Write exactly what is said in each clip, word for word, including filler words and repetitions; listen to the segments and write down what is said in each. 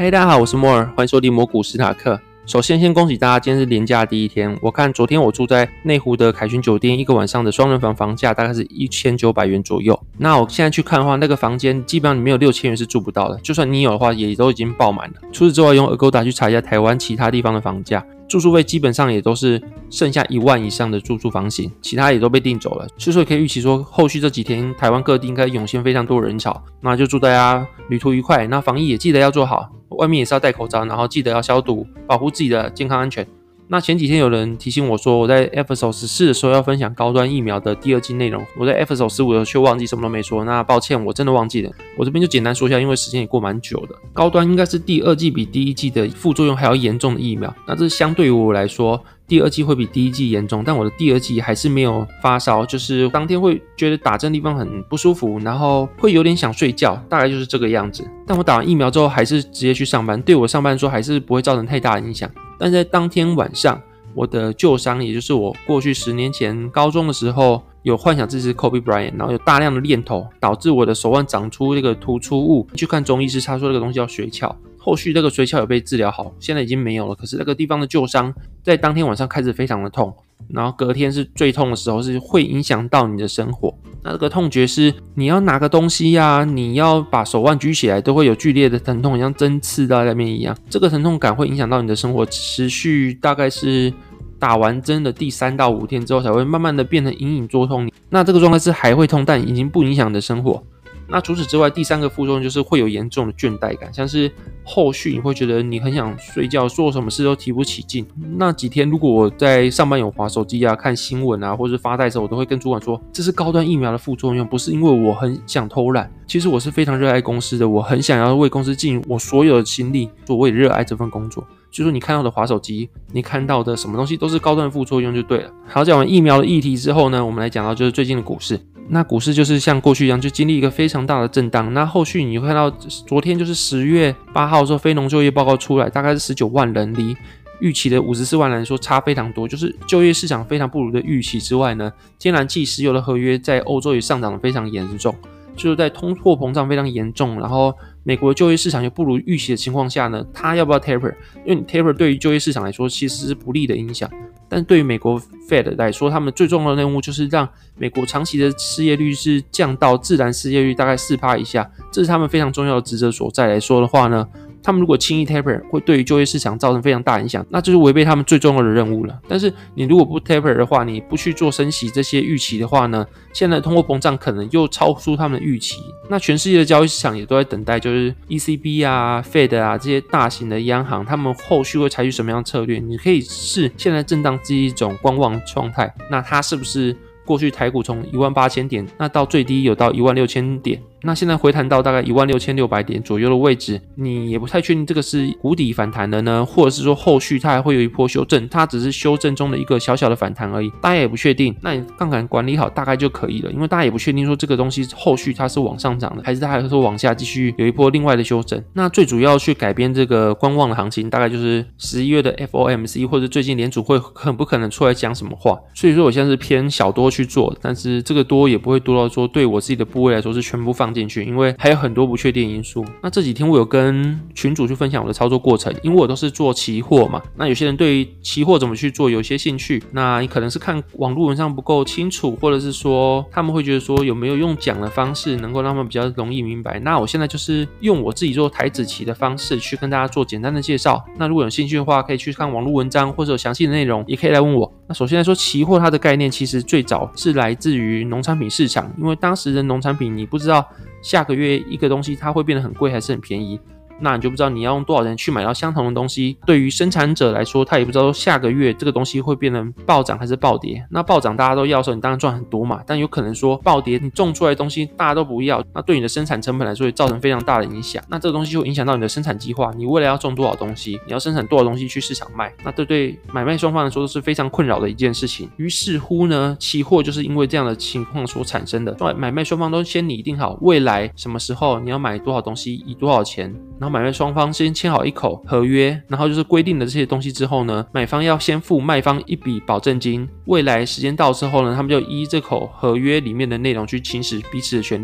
嘿、hey, 大家好，我是摩尔，欢迎收听摩股史塔克。首先先恭喜大家，今天是连假第一天。我看昨天我住在内湖的凯旋酒店，一个晚上的双人房房价大概是一千九百元左右。那我现在去看的话，那个房间基本上你没有六千元是住不到的，就算你有的话也都已经爆满了。除此之外，用 Agoda 去查一下台湾其他地方的房价，住宿费基本上也都是剩下一万以上的住宿房型，其他也都被订走了。所以说可以预期说，后续这几天台湾各地应该涌现非常多人潮，那就祝大家旅途愉快。那防疫也记得要做好，外面也是要戴口罩，然后记得要消毒，保护自己的健康安全。那前几天有人提醒我说，我在 Episode 十四的时候要分享高端疫苗的第二季内容，我在 Episode 十五的时候却忘记什么都没说，那抱歉，我真的忘记了。我这边就简单说一下，因为时间也过蛮久的。高端应该是第二季比第一季的副作用还要严重的疫苗，那这相对于我来说，第二季会比第一季严重，但我的第二季还是没有发烧，就是当天会觉得打针地方很不舒服，然后会有点想睡觉，大概就是这个样子。但我打完疫苗之后还是直接去上班，对我上班说还是不会造成太大的影响。但在当天晚上，我的旧伤，也就是我过去十年前高中的时候有幻想自己是 Kobe Bryant， 然后有大量的链头，导致我的手腕长出这个突出物。去看中医师，他说这个东西叫髓鞘，后续这个髓鞘有被治疗好，现在已经没有了。可是那个地方的旧伤在当天晚上开始非常的痛，然后隔天是最痛的时候，是会影响到你的生活。那这个痛觉是你要拿个东西啊，你要把手腕举起来都会有剧烈的疼痛，像针刺到那边一样。这个疼痛感会影响到你的生活，持续大概是打完针的第三到五天之后才会慢慢的变成隐隐作痛。那这个状态是还会痛，但已经不影响你的生活。那除此之外，第三个副作用就是会有严重的倦怠感，像是后续你会觉得你很想睡觉，做什么事都提不起劲。那几天如果我在上班有滑手机啊、看新闻啊，或者是发呆的时候，我都会跟主管说，这是高端疫苗的副作用，不是因为我很想偷懒。其实我是非常热爱公司的，我很想要为公司尽我所有的心力，我也热爱这份工作。就是说你看到的滑手机，你看到的什么东西都是高端的副作用就对了。好，讲完疫苗的议题之后呢，我们来讲到就是最近的股市。那股市就是像过去一样，就经历一个非常大的震荡。那后续你会看到，昨天就是十月八号的时候，非农就业报告出来，大概是十九万人，离预期的五十四万人来说差非常多，就是就业市场非常不如的预期之外呢，天然气、石油的合约在欧洲也上涨得非常严重，就是在通货膨胀非常严重，然后美国的就业市场又不如预期的情况下呢，它要不要 taper？ 因为你 taper 对于就业市场来说其实是不利的影响，但对于美国 Fed 来说，他们最重要的任务就是让美国长期的失业率是降到自然失业率大概 百分之四 以下，这是他们非常重要的职责所在。来说的话呢，他们如果轻易 taper 会对于就业市场造成非常大影响，那就是违背他们最重要的任务了。但是你如果不 taper 的话，你不去做升息这些预期的话呢，现在的通货膨胀可能又超出他们的预期。那全世界的交易市场也都在等待，就是 E C B 啊 Fed 啊这些大型的央行，他们后续会采取什么样的策略。你可以视现在震荡是一种观望状态，那它是不是过去台股从一万八千点，那到最低有到一万六千点，那现在回弹到大概一万六千六百点左右的位置，你也不太确定这个是谷底反弹的呢，或者是说后续它还会有一波修正，它只是修正中的一个小小的反弹而已，大家也不确定。那你杠杆管理好大概就可以了，因为大家也不确定说这个东西后续它是往上涨的，还是它还是往下继续有一波另外的修正。那最主要去改变这个观望的行情，大概就是十一月的 F O M C 或者最近联储会很不可能出来讲什么话。所以说我现在是偏小多去做，但是这个多也不会多到说对我自己的部位来说是全部放进去，因为还有很多不确定因素。那这几天我有跟群组去分享我的操作过程，因为我都是做期货嘛，那有些人对于期货怎么去做有些兴趣，那你可能是看网络文章不够清楚，或者是说他们会觉得说有没有用讲的方式能够让他们比较容易明白。那我现在就是用我自己做台指期的方式去跟大家做简单的介绍，那如果有兴趣的话可以去看网络文章或者有详细的内容也可以来问我。那首先来说，期货它的概念其实最早是来自于农产品市场，因为当时的农产品你不知道下个月一个东西它会变得很贵还是很便宜，那你就不知道你要用多少钱去买到相同的东西。对于生产者来说，他也不知道下个月这个东西会变成暴涨还是暴跌。那暴涨大家都要的时候，你当然赚很多嘛，但有可能说暴跌你种出来的东西大家都不要，那对你的生产成本来说也造成非常大的影响。那这个东西会影响到你的生产计划，你未来要种多少东西，你要生产多少东西去市场卖，那这对买卖双方来说都是非常困扰的一件事情。于是乎呢，期货就是因为这样的情况所产生的，买卖双方都先拟定好未来什么时候你要买多少东西，以多少钱，然后买卖双方先签好一口合约，然后就是规定的这些东西之后呢，买方要先付卖方一笔保证金，未来时间到之后呢，他们就依这口合约里面的内容去行使彼此的权利，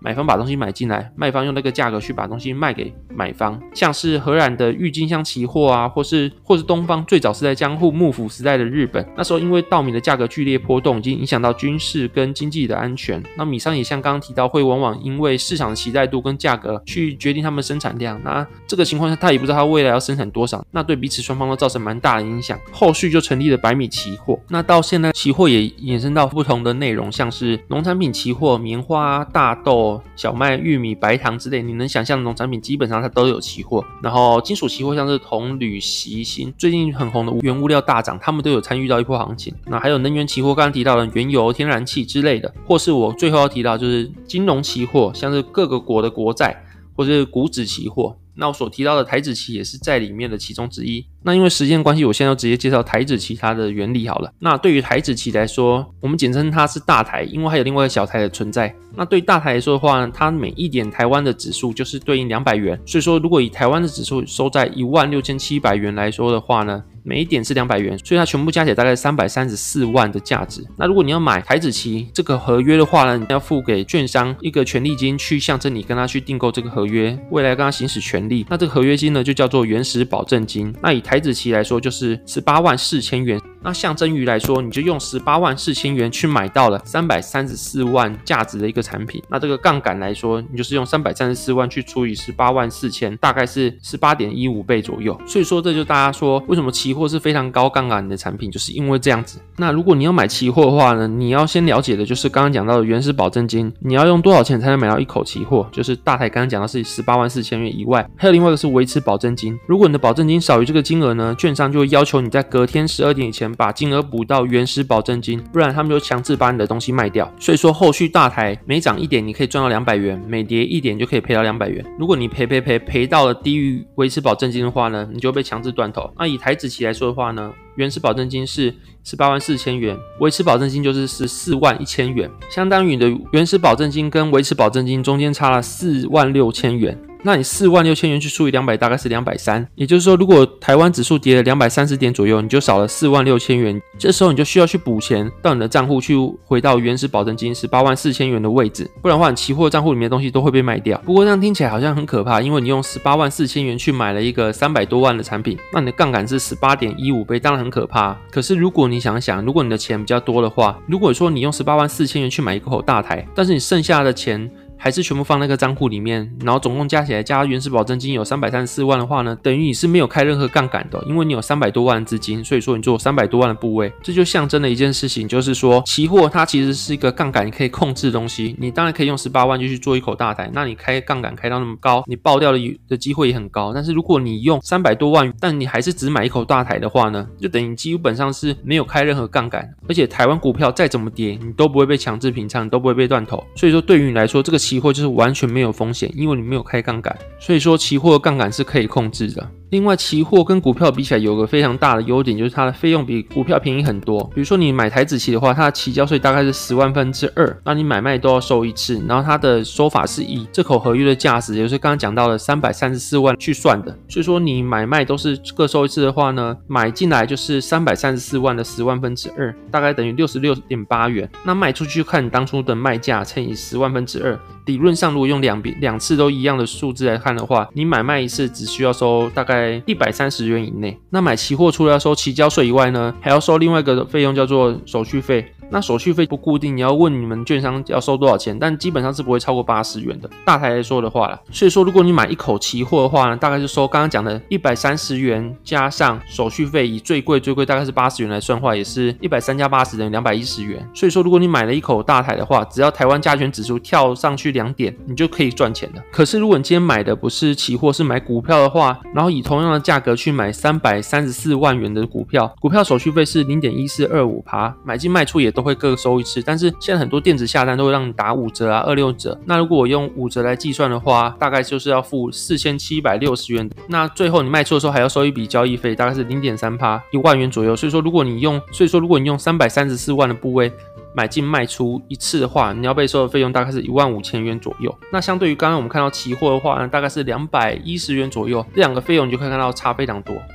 买方把东西买进来，卖方用那个价格去把东西卖给买方。像是荷兰的郁金香期货啊，或是或是东方最早是在江户幕府时代的日本，那时候因为稻米的价格剧烈波动，已经影响到军事跟经济的安全。那米商也像刚刚提到，会往往因为市场的期待度跟价格去决定他们的生产量。那这个情况下，他也不知道他未来要生产多少，那对彼此双方都造成蛮大的影响。后续就成立了白米期货。那到现在，期货也衍生到不同的内容，像是农产品期货、棉花、大豆、小麦、玉米、白糖之类，你能想象的农产品基本上它都有期货。然后金属期货像是铜、铝、锡、锌，最近很红的原物料大涨，他们都有参与到一波行情。那还有能源期货，刚刚提到的原油、天然气之类的，或是我最后要提到就是金融期货，像是各个国的国债或是股指期货。那我所提到的台指期也是在里面的其中之一。那因为时间关系，我现在就直接介绍台指期它的原理好了。那对于台指期来说，我们简称它是大台，因为还有另外一个小台的存在。那对于大台来说的话呢，它每一点台湾的指数就是对应两百元，所以说如果以台湾的指数收在一万六千七百元来说的话呢，每一点是两百元，所以它全部加起来大概三百三十四万的价值。那如果你要买台指期这个合约的话呢，你要付给券商一个权利金，去象征你跟他去订购这个合约，未来跟他行使权利。那这个合约金呢，就叫做原始保证金。那以台指期来说，就是十八万四千元。那象征于来说，你就用十八万四千元去买到了三百三十四万价值的一个产品。那这个杠杆来说，你就是用三百三十四万去除以十八万四千，大概是 十八点一五 倍左右。所以说这就大家说为什么期货是非常高杠杆的产品，就是因为这样子。那如果你要买期货的话呢，你要先了解的就是刚刚讲到的原始保证金，你要用多少钱才能买到一口期货，就是大台刚刚讲到是十八万四千元以外，还有另外一个是维持保证金。如果你的保证金少于这个金额呢，券商就会要求你在隔天十二点以前把金额补到原始保证金，不然他们就强制把你的东西卖掉。所以说后续大台每涨一点你可以赚到两百元，每跌一点就可以赔到两百元。如果你赔赔赔赔到了低于维持保证金的话呢，你就被强制断头。那以台指期来说的话呢，原始保证金是十八万四千元，维持保证金就是十四万一千元，相当于你的原始保证金跟维持保证金中间差了四万六千元。那你四万六千元去除以两百，大概是两百三十。也就是说，如果台湾指数跌了两百三十点左右，你就少了四万六千元。这时候你就需要去补钱到你的账户，去回到原始保证金十八万四千元的位置，不然的话，你期货账户里面的东西都会被卖掉。不过这样听起来好像很可怕，因为你用十八万四千元去买了一个三百多万的产品，那你的杠杆是 十八点一五 倍，当然很可怕。可是如果你想想，如果你的钱比较多的话，如果说你用十八万四千元去买一口大台，但是你剩下的钱还是全部放那个账户里面，然后总共加起来加原始保证金有三百三十四万的话呢，等于你是没有开任何杠杆的，因为你有三百多万的资金，所以说你做三百多万的部位，这就象征了一件事情，就是说期货它其实是一个杠杆你可以控制的东西。你当然可以用十八万就去做一口大台，那你开杠杆开到那么高，你爆掉的机会也很高。但是如果你用三百多万，但你还是只买一口大台的话呢，就等于你基本上是没有开任何杠杆，而且台湾股票再怎么跌，你都不会被强制平仓，你都不会被断头。所以说对于你来说，这个期货就是完全没有风险，因为你没有开杠杆，所以说期货的杠杆是可以控制的。另外，期货跟股票比起来有个非常大的优点，就是它的费用比股票便宜很多。比如说你买台指期的话，它的期交税大概是十万分之二，那你买卖都要收一次，然后它的收法是以这口合约的价值，也就是刚刚讲到的三百三十四万去算的。所以说你买卖都是各收一次的话呢，买进来就是三百三十四万的十万分之二，大概等于六十六点八元。那卖出去看你当初的卖价乘以十万分之二，理论上如果用两两次都一样的数字来看的话，你买卖一次只需要收大概一百三十元以内。那买期货除了要收期交税以外呢，还要收另外一个费用叫做手续费。那手续费不固定，你要问你们券商要收多少钱，但基本上是不会超过八十元的，大台来说的话啦。所以说如果你买一口期货的话呢，大概是收刚刚讲的一百三十元加上手续费，以最贵最贵大概是八十元来算的话，也是一百三加八十等于两百一十元。所以说如果你买了一口大台的话，只要台湾加权指数跳上去两点，你就可以赚钱的。可是如果你今天买的不是期货，是买股票的话，然后以同样的价格去买三百三十四万元的股票，股票手续费是 百分之零点一四二五， 买进卖出也都会各收一次，但是现在很多电子下单都会让你打五折啊、二六折。那如果我用五折来计算的话，大概就是要付四千七百六十元。那最后你卖出的时候还要收一笔交易费，大概是 零点三， 一万元左右。所以说如果你用所以说如果你用三百三十四万的部位买进卖出一次的话，你要被收的费用大概是一万五千元左右。那相对于刚刚我们看到期货的话呢，大概是两百一十元左右，这两个费用你就可以看到差非常多。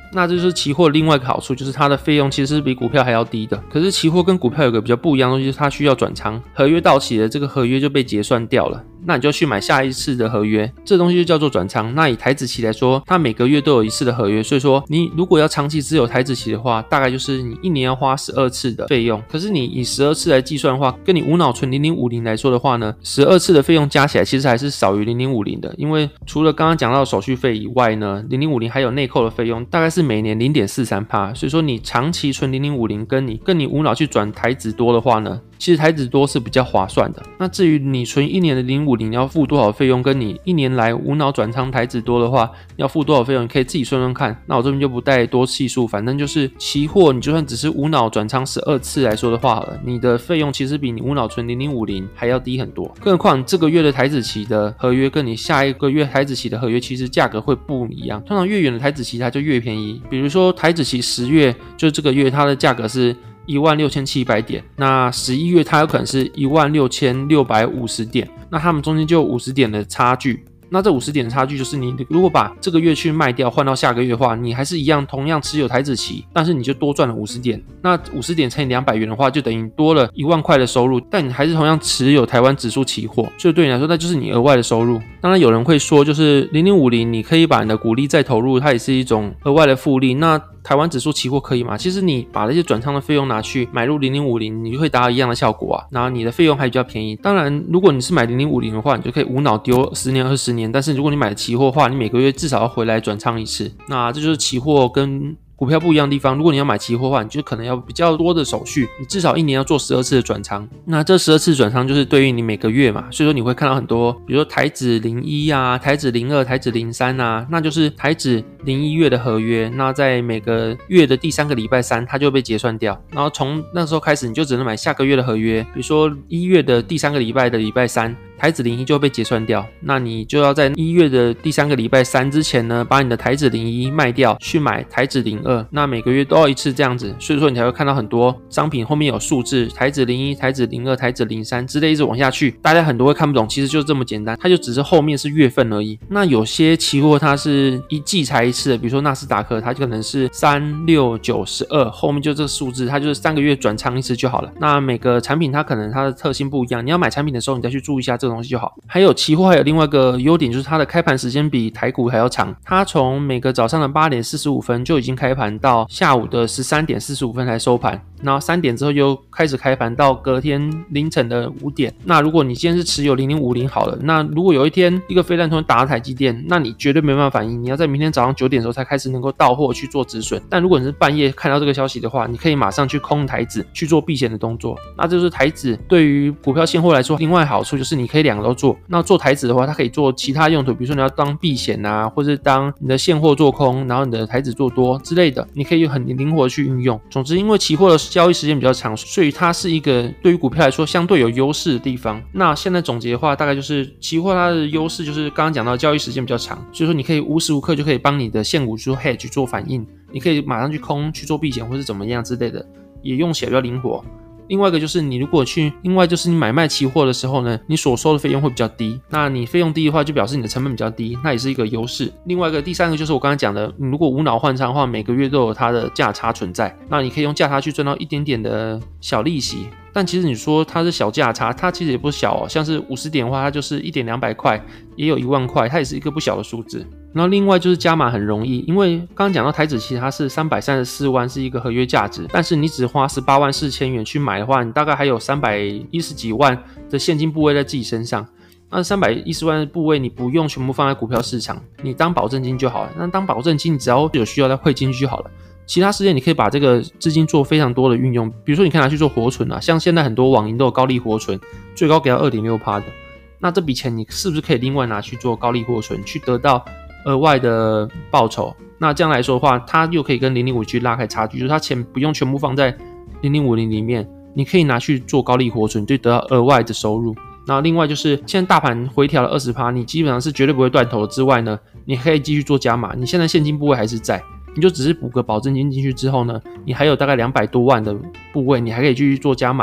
那这就是期货另外一个好处，就是它的费用其实是比股票还要低的。可是期货跟股票有个比较不一样的东西，就是它需要转仓，合约到期了，这个合约就被结算掉了，那你就去买下一次的合约，这东西就叫做转仓。那以台指期来说，它每个月都有一次的合约，所以说你如果要长期持有台指期的话，大概就是你一年要花十二次的费用。可是你以十二次来计算的话，跟你无脑存零零五零来说的话呢，十二次的费用加起来其实还是少于零零五零的，因为除了刚刚讲到的手续费以外呢，零零五零还有内扣的费用，大概是每年 零点四三%。所以说你长期存零零五零跟你跟你无脑去转台指多的话呢，其实台指多是比较划算的。那至于你存一年的零零五零要付多少费用，跟你一年来无脑转仓台指多的话要付多少费用，你可以自己算算看。那我这边就不带多细数，反正就是期货你就算只是无脑转仓十二次来说的话好了，你的费用其实比你无脑存零零五零还要低很多。更何况这个月的台指期的合约跟你下一个月台指期的合约其实价格会不一样，通常越远的台指期它就越便宜。比如说台指期十月就这个月它的价格是一万六千七百点，那十一月它有可能是一万六千六百五十点，那它们中间就有五十点的差距。那这五十点的差距就是你如果把这个月去卖掉换到下个月的话，你还是一样同样持有台指期，但是你就多赚了五十点。那五十点乘以两百元的话，就等于多了一万块的收入，但你还是同样持有台湾指数期货，所以对你来说那就是你额外的收入。当然有人会说，就是零零五零你可以把你的股利再投入，它也是一种额外的复利。那台湾指数期货可以吗？其实你把那些转仓的费用拿去买入零零五零，你就会达到一样的效果啊，然后你的费用还比较便宜。当然如果你是买零零五零的话，你就可以无脑丢十年二十年，但是如果你买期货的话，你每个月至少要回来转仓一次。那这就是期货跟股票不一样的地方。如果你要买期货的话，你就可能要比较多的手续，你至少一年要做十二次的转仓。那这十二次转仓就是对应你每个月嘛，所以说你会看到很多，比如说台指零一啊、台指零二、台指零三啊，那就是台指零一月的合约，那在每个月的第三个礼拜三它就被结算掉，然后从那时候开始你就只能买下个月的合约，比如说一月的第三个礼拜的礼拜三台指零一就被结算掉，那你就要在一月的第三个礼拜三之前呢，把你的台指零一卖掉，去买台指零二，那每个月都要一次这样子，所以说你才会看到很多商品后面有数字，台指零一、台指零二、台指零三之类一直往下去，大家很多会看不懂，其实就这么简单，它就只是后面是月份而已。那有些期货它是一季才一次的，比如说纳斯达克，它就可能是三、六、九、十二，后面就这个数字，它就是三个月转仓一次就好了。那每个产品它可能它的特性不一样，你要买产品的时候，你再去注意一下这个东西就好。还有期货还有另外一个优点，就是它的开盘时间比台股还要长，它从每个早上的八点四十五分就已经开盘，到下午的十三点四十五分才收盘，然后三点之后又开始开盘，到隔天凌晨的五点。那如果你今天是持有零零五零好了，那如果有一天一个飞弹突然打到台积电，那你绝对没办法反应，你要在明天早上九点的时候才开始能够到货去做止损。但如果你是半夜看到这个消息的话，你可以马上去空台指去做避险的动作。那这就是台指对于股票现货来说另外好处，就是你可以两个都做。那做台指的话，它可以做其他用途，比如说你要当避险啊，或是当你的现货做空，然后你的台指做多之类的，你可以很灵活的去运用。总之因为期货的交易时间比较长，所以它是一个对于股票来说相对有优势的地方。那现在总结的话，大概就是期货它的优势就是刚刚讲到交易时间比较长，所以说你可以无时无刻就可以帮你的现股做 hedge 做反应，你可以马上去空去做避险或是怎么样之类的，也用起来比较灵活。另外一个就是你如果去，另外就是你买卖期货的时候呢，你所收的费用会比较低，那你费用低的话就表示你的成本比较低，那也是一个优势。另外一个第三个就是我刚才讲的，你如果无脑换仓的话，每个月都有它的价差存在，那你可以用价差去赚到一点点的小利息。但其实你说它是小价差，它其实也不小哦，像是五十点的话，它就是一点两百块，也有一万块，它也是一个不小的数字。然后另外就是加码很容易，因为刚刚讲到台指期它是三百三十四万是一个合约价值，但是你只花十八万四千元去买的话，你大概还有三百一十几万的现金部位在自己身上。那三百一十万的部位你不用全部放在股票市场，你当保证金就好了。那当保证金你只要有需要再汇进去就好了。其他时间你可以把这个资金做非常多的运用，比如说你可以拿去做活存啊，像现在很多网银都有高利活存，最高给到 百分之二点六 的，那这笔钱你是不是可以另外拿去做高利活存，去得到额外的报酬？那这样来说的话，它又可以跟零零五零去拉开差距，就是它钱不用全部放在零零五零里面，你可以拿去做高利活存，就得到额外的收入。然后另外就是现在大盘回调了 百分之二十， 你基本上是绝对不会断头之外呢，你可以继续做加码，你现在现金部位还是在，你就只是补个保证金进去之后呢，你还有大概两百多万的部位，你还可以继续做加码，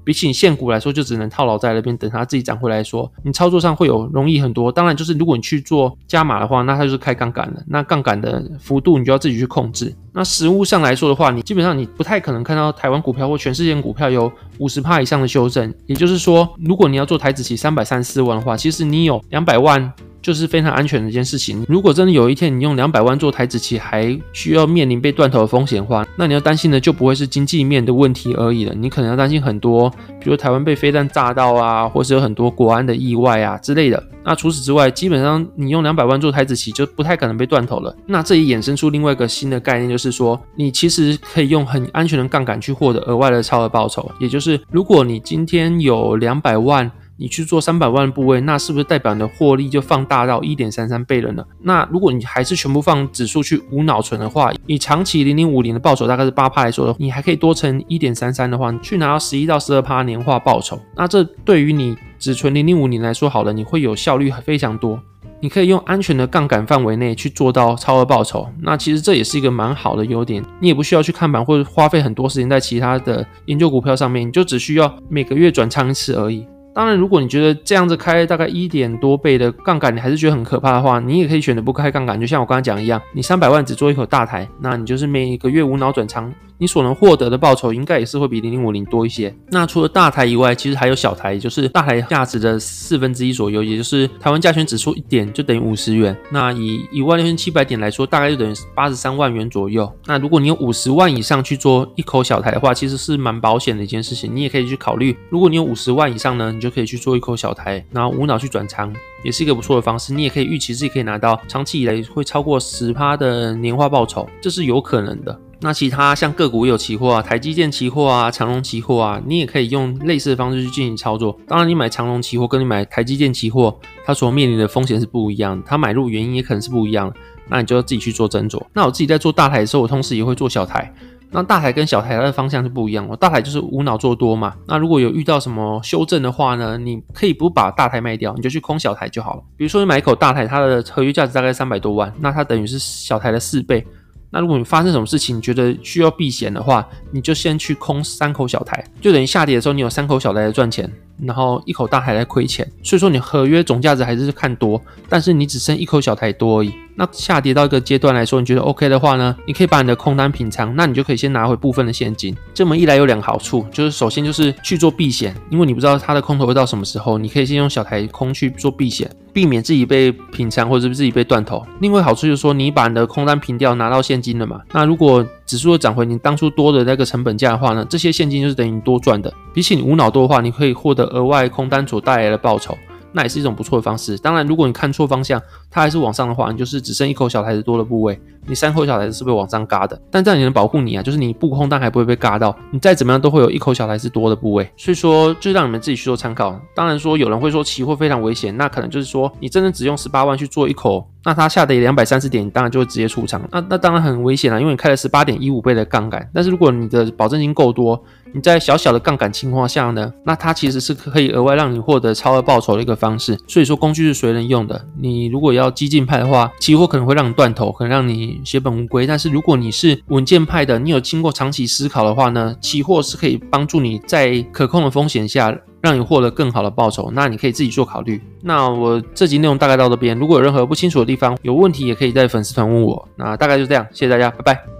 比起你现股来说，就只能套牢在那边等它自己涨回来说，你操作上会有容易很多。当然就是如果你去做加码的话，那它就是开杠杆了，那杠杆的幅度你就要自己去控制。那实务上来说的话，你基本上你不太可能看到台湾股票或全世界股票有 百分之五十 以上的修正，也就是说如果你要做台指期三百三十四万的话，其实你有两百万就是非常安全的一件事情。如果真的有一天你用两百万做台指期还需要面临被断头的风险的话，那你要担心的就不会是经济面的问题而已了，你可能要担心很多，比如台湾被飞弹炸到啊，或是有很多国安的意外啊之类的。那除此之外，基本上你用两百万做台指期就不太可能被断头了。那这也衍生出另外一个新的概念，就是说你其实可以用很安全的杠杆去获得额外的超额报酬，也就是如果你今天有两百万你去做三百万的部位，那是不是代表你的获利就放大到 一点三三倍了呢？那如果你还是全部放指数去无脑存的话，以长期零零五零的报酬大概是 百分之八 来说，你还可以多乘 一点三三 的话，去拿到 百分之十一到百分之十二 年化报酬。那这对于你只存零零五零来说好了，你会有效率非常多，你可以用安全的杠杆范围内去做到超额报酬。那其实这也是一个蛮好的优点，你也不需要去看盘或者花费很多时间在其他的研究股票上面，你就只需要每个月转仓一次而已。当然如果你觉得这样子开大概一点多倍的杠杆你还是觉得很可怕的话，你也可以选择不开杠杆，就像我刚才讲一样，你三百万只做一口大台，那你就是每个月无脑转仓，你所能获得的报酬应该也是会比零零五零多一些。那除了大台以外，其实还有小台，也就是大台价值的四分之一左右，也就是台湾加权指数一点就等于五十元，那以一万六千七百点来说，大概就等于八十三万元左右。那如果你有五十万以上去做一口小台的话，其实是蛮保险的一件事情，你也可以去考虑，如果你有五十万以上呢，你就可以去做一口小台，然后无脑去转仓，也是一个不错的方式。你也可以预期自己可以拿到长期以来会超过 百分之十 的年化报酬，这是有可能的。那其他像个股也有期货啊，台积电期货啊，长荣期货啊，你也可以用类似的方式去进行操作。当然你买长荣期货跟你买台积电期货，它所面临的风险是不一样的，它买入原因也可能是不一样的，那你就要自己去做斟酌。那我自己在做大台的时候，我同时也会做小台。那大台跟小台它的方向是不一样的，大台就是无脑做多嘛，那如果有遇到什么修正的话呢，你可以不把大台卖掉，你就去空小台就好了。比如说你买一口大台，它的合约价值大概三百多万，那它等于是小台的四倍。那如果你发生什么事情你觉得需要避险的话，你就先去空三口小台，就等于下跌的时候你有三口小台来赚钱，然后一口大台来亏钱。所以说你合约总价值还是看多，但是你只剩一口小台多而已。那下跌到一个阶段来说，你觉得 OK 的话呢，你可以把你的空单平仓，那你就可以先拿回部分的现金。这么一来有两个好处，就是首先就是去做避险，因为你不知道它的空头会到什么时候，你可以先用小台空去做避险，避免自己被平仓或者是自己被断头。另外好处就是说，你把你的空单平掉，拿到现金了嘛，那如果指数涨回你当初多的那个成本价的话呢，这些现金就是等于你多赚的。比起你无脑多的话，你可以获得额外空单所带来的报酬，那也是一种不错的方式。当然如果你看错方向，它还是往上的话，你就是只剩一口小台子多的部位，你三口小台子是不是往上嘎的，但这样也能保护你啊，就是你布空单还不会被嘎到，你再怎么样都会有一口小台子多的部位。所以说就让你们自己去做参考。当然说有人会说期货非常危险，那可能就是说你真的只用十八万去做一口，那它下跌两百三十点，你当然就会直接出场，那那当然很危险啦，因为你开了 十八点一五倍的杠杆。但是如果你的保证金够多，你在小小的杠杆情况下呢，那它其实是可以额外让你获得超额报酬的一个方式。所以说工具是随人用的，你如果要激进派的话，期货可能会让你断头，可能让你血本无归。但是如果你是稳健派的，你有经过长期思考的话呢，期货是可以帮助你在可控的风险下让你获得更好的报酬，那你可以自己做考虑。那我这集内容大概到这边，如果有任何不清楚的地方，有问题也可以在粉丝团问我。那大概就这样，谢谢大家，拜拜。